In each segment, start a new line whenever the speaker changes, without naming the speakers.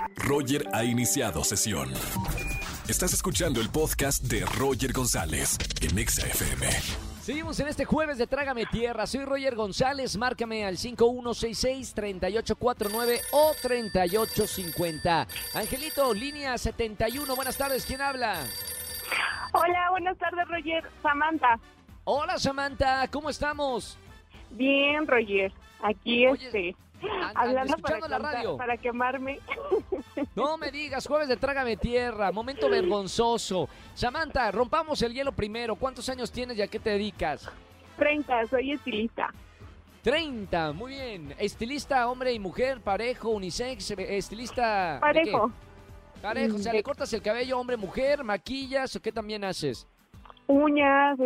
Roger ha iniciado sesión. Estás escuchando el podcast de Roger González en Exa FM.
Seguimos en este jueves de Trágame Tierra. Soy Roger González. Márcame al 5166-3849 o 3850. Angelito, línea 71. Buenas tardes. ¿Quién habla?
Hola, buenas tardes, Roger. Samantha.
Hola, Samantha. ¿Cómo estamos?
Bien, Roger. Aquí,
Oye,
hablando
escuchando la radio.
para quemarme.
No me digas, jueves de Trágame Tierra. Momento vergonzoso. Samantha, rompamos el hielo primero. ¿Cuántos años tienes y a qué te dedicas?
30, soy estilista.
30, muy bien. Estilista, hombre y mujer, parejo, unisex, estilista...
Parejo.
¿de qué? Parejo, o sea, ¿le cortas el cabello hombre, mujer, maquillas o qué también haces?
Uñas,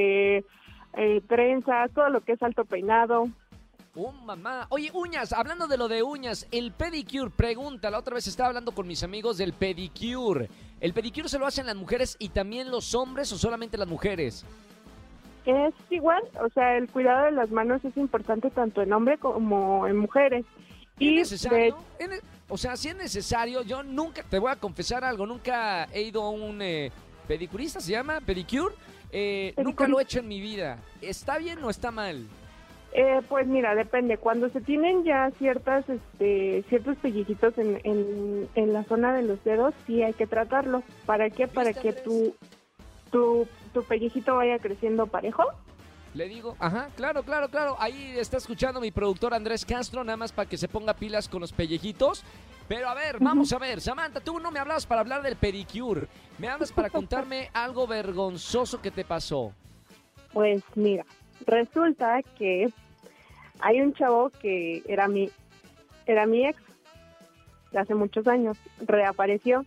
trenzas, todo lo que es alto peinado.
Mamá. Oye, uñas, hablando de lo de uñas, el pedicure, pregunta, la otra vez estaba hablando con mis amigos del pedicure. ¿El pedicure se lo hacen las mujeres y también los hombres o solamente las mujeres?
Es igual, o sea, el cuidado de las manos es importante tanto en hombres como en mujeres.
¿Es necesario? O sea, si es necesario, yo nunca, te voy a confesar algo, nunca he ido a un pedicurista, ¿se llama? ¿Pedicure? Nunca lo he hecho en mi vida. ¿Está bien o está mal?
Pues mira, depende. Cuando se tienen ya ciertos pellejitos en la zona de los dedos, sí hay que tratarlo. ¿Para qué? Para que tu pellejito vaya creciendo parejo.
Le digo, ajá, claro. Ahí está escuchando mi productor Andrés Castro, nada más para que se ponga pilas con los pellejitos. Pero a ver, vamos a ver, Samantha, tú no me hablabas para hablar del pedicure. Me hablas para contarme algo vergonzoso que te pasó.
Pues mira, resulta que hay un chavo que era mi ex de hace muchos años, reapareció.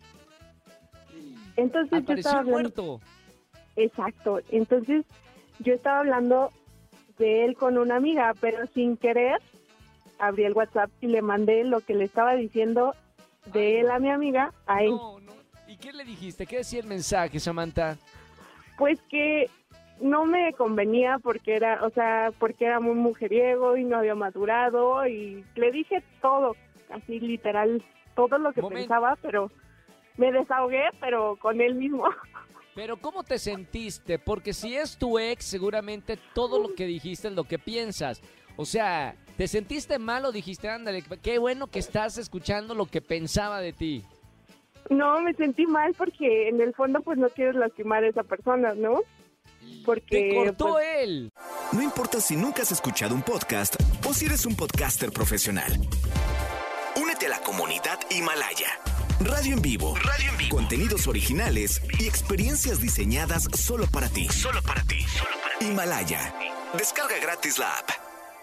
Entonces
apareció
yo estaba hablando,
muerto.
Exacto, entonces yo estaba hablando de él con una amiga, pero sin querer abrí el WhatsApp y le mandé lo que le estaba diciendo de él a mi amiga a él.
No. ¿Y qué le dijiste? ¿Qué decía el mensaje, Samantha?
Pues que no me convenía porque era muy mujeriego y no había madurado, y le dije todo, así literal, todo lo que pensaba, pero me desahogué, pero con él mismo.
Pero ¿cómo te sentiste? Porque si es tu ex, seguramente todo lo que dijiste es lo que piensas. O sea, ¿te sentiste mal o dijiste, ándale, qué bueno que estás escuchando lo que pensaba de ti?
No, me sentí mal porque en el fondo pues no quieres lastimar a esa persona, ¿no? Porque
¡te cortó él!
No importa si nunca has escuchado un podcast o si eres un podcaster profesional. Únete a la comunidad Himalaya. Radio en vivo. Contenidos originales y experiencias diseñadas solo para ti. Himalaya. Descarga gratis la app.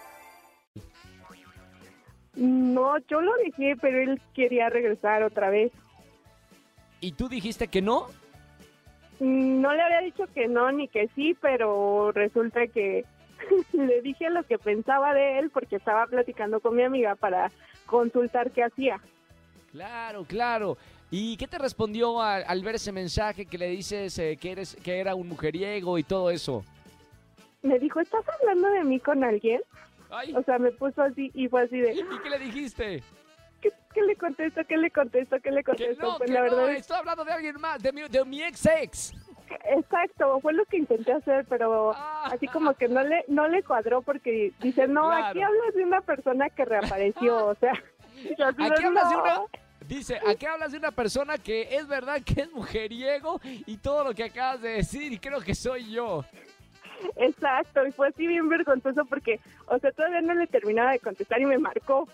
No, yo lo dejé, pero él quería regresar otra vez.
¿Y tú dijiste que no?
No le había dicho que no ni que sí, pero resulta que le dije lo que pensaba de él porque estaba platicando con mi amiga para consultar qué hacía.
Claro. ¿Y qué te respondió al ver ese mensaje que le dices que era un mujeriego y todo eso?
Me dijo, ¿estás hablando de mí con alguien?
Ay.
O sea, me puso así y fue así de...
¿Y qué le dijiste?
¿Qué le contesto?
Que no,
Pues
que
la
no,
verdad
estoy hablando de alguien más, de mi ex.
Exacto, fue lo que intenté hacer, pero así como que no le cuadró porque dice, no,
Claro.
aquí hablas de una persona que reapareció, o sea...
Aquí hablas de una... Dice, aquí hablas de una persona que es verdad que es mujeriego y todo lo que acabas de decir y creo que soy yo.
Exacto, y fue así bien vergonzoso porque, o sea, todavía no le terminaba de contestar y me marcó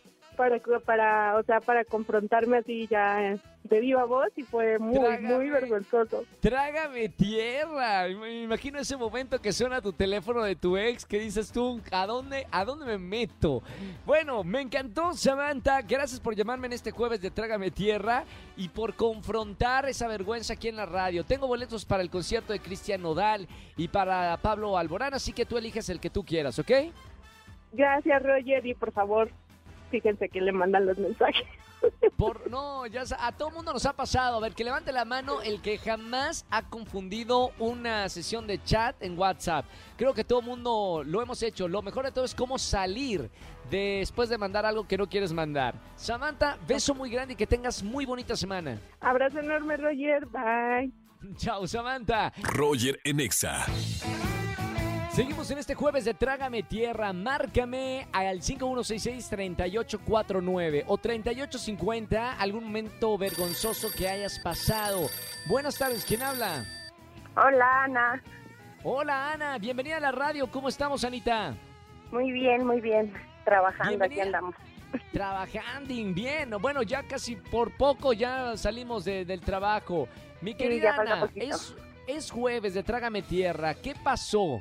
para confrontarme así ya de viva voz y fue muy vergonzoso.
Trágame tierra. Me imagino ese momento que suena tu teléfono de tu ex, que dices tú, ¿a dónde me meto? Bueno, me encantó, Samantha. Gracias por llamarme en este jueves de Trágame Tierra y por confrontar esa vergüenza aquí en la radio. Tengo boletos para el concierto de Cristian Nodal y para Pablo Alborán, así que tú eliges el que tú quieras, ¿ok?
Gracias, Roger, y por favor, fíjense que le mandan los mensajes.
A todo mundo nos ha pasado. A ver, que levante la mano el que jamás ha confundido una sesión de chat en WhatsApp. Creo que todo mundo lo hemos hecho. Lo mejor de todo es cómo salir después de mandar algo que no quieres mandar. Samantha, beso muy grande y que tengas muy bonita semana.
Abrazo enorme, Roger. Bye.
Chao, Samantha.
Roger en Exa.
Seguimos en este jueves de Trágame Tierra. Márcame al 5166-3849 o 3850, algún momento vergonzoso que hayas pasado. Buenas tardes, ¿quién habla?
Hola, Ana.
Hola, Ana, bienvenida a la radio. ¿Cómo estamos, Anita?
Muy bien, muy bien. Trabajando,
Bienvenida.
aquí andamos.
Trabajando bien. Bueno, ya casi por poco ya salimos del trabajo. Mi querida
ya falta
Ana,
poquito.
es jueves de Trágame Tierra. ¿Qué pasó?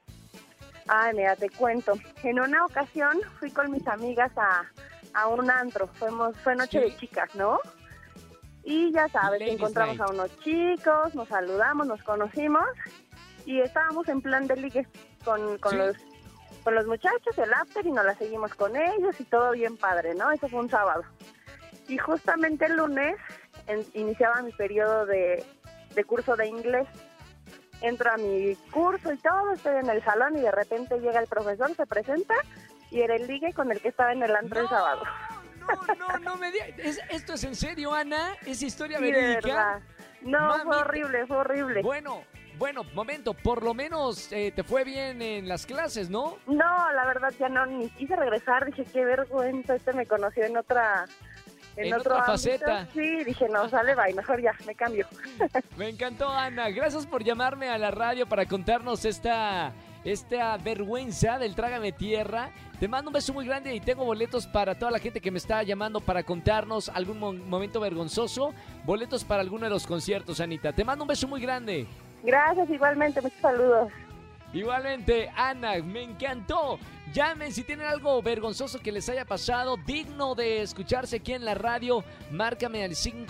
Ay, mira, te cuento. En una ocasión fui con mis amigas a un antro. Fue noche
Sí.
de chicas, ¿no? Y ya sabes,
Ladies
encontramos
night.
a unos chicos, nos saludamos, nos conocimos y estábamos en plan de ligue con
Sí.
los muchachos, el after, y nos la seguimos con ellos y todo bien padre, ¿no? Eso fue un sábado. Y justamente el lunes iniciaba mi periodo de curso de inglés. Entro a mi curso y todo, estoy en el salón y de repente llega el profesor, se presenta y era el ligue con el que estaba en el antro el sábado.
No me digas. ¿Esto es en serio, Ana? ¿Es historia
Sí, de
verídica?
verdad. No,
Mami.
fue horrible.
Bueno, momento, por lo menos te fue bien en las clases, ¿no?
No, la verdad ya no, ni quise regresar, dije qué vergüenza, me conoció en otro
otra
ámbito.
faceta.
Sí, dije no, sale, bye, mejor ya, me cambio.
Me encantó, Ana. Gracias por llamarme a la radio para contarnos esta vergüenza del Trágame Tierra. Te mando un beso muy grande y tengo boletos para toda la gente que me está llamando para contarnos algún momento vergonzoso. Boletos para alguno de los conciertos, Anita. Te mando un beso muy grande.
Gracias, igualmente, muchos saludos.
Igualmente, Ana, me encantó. Llamen si tienen algo vergonzoso que les haya pasado, digno de escucharse aquí en la radio. Márcame al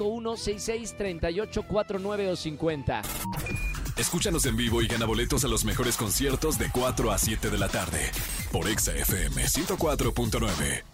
5166-3849 o 50.
Escúchanos en vivo y gana boletos a los mejores conciertos de 4 a 7 de la tarde por Exa FM 104.9.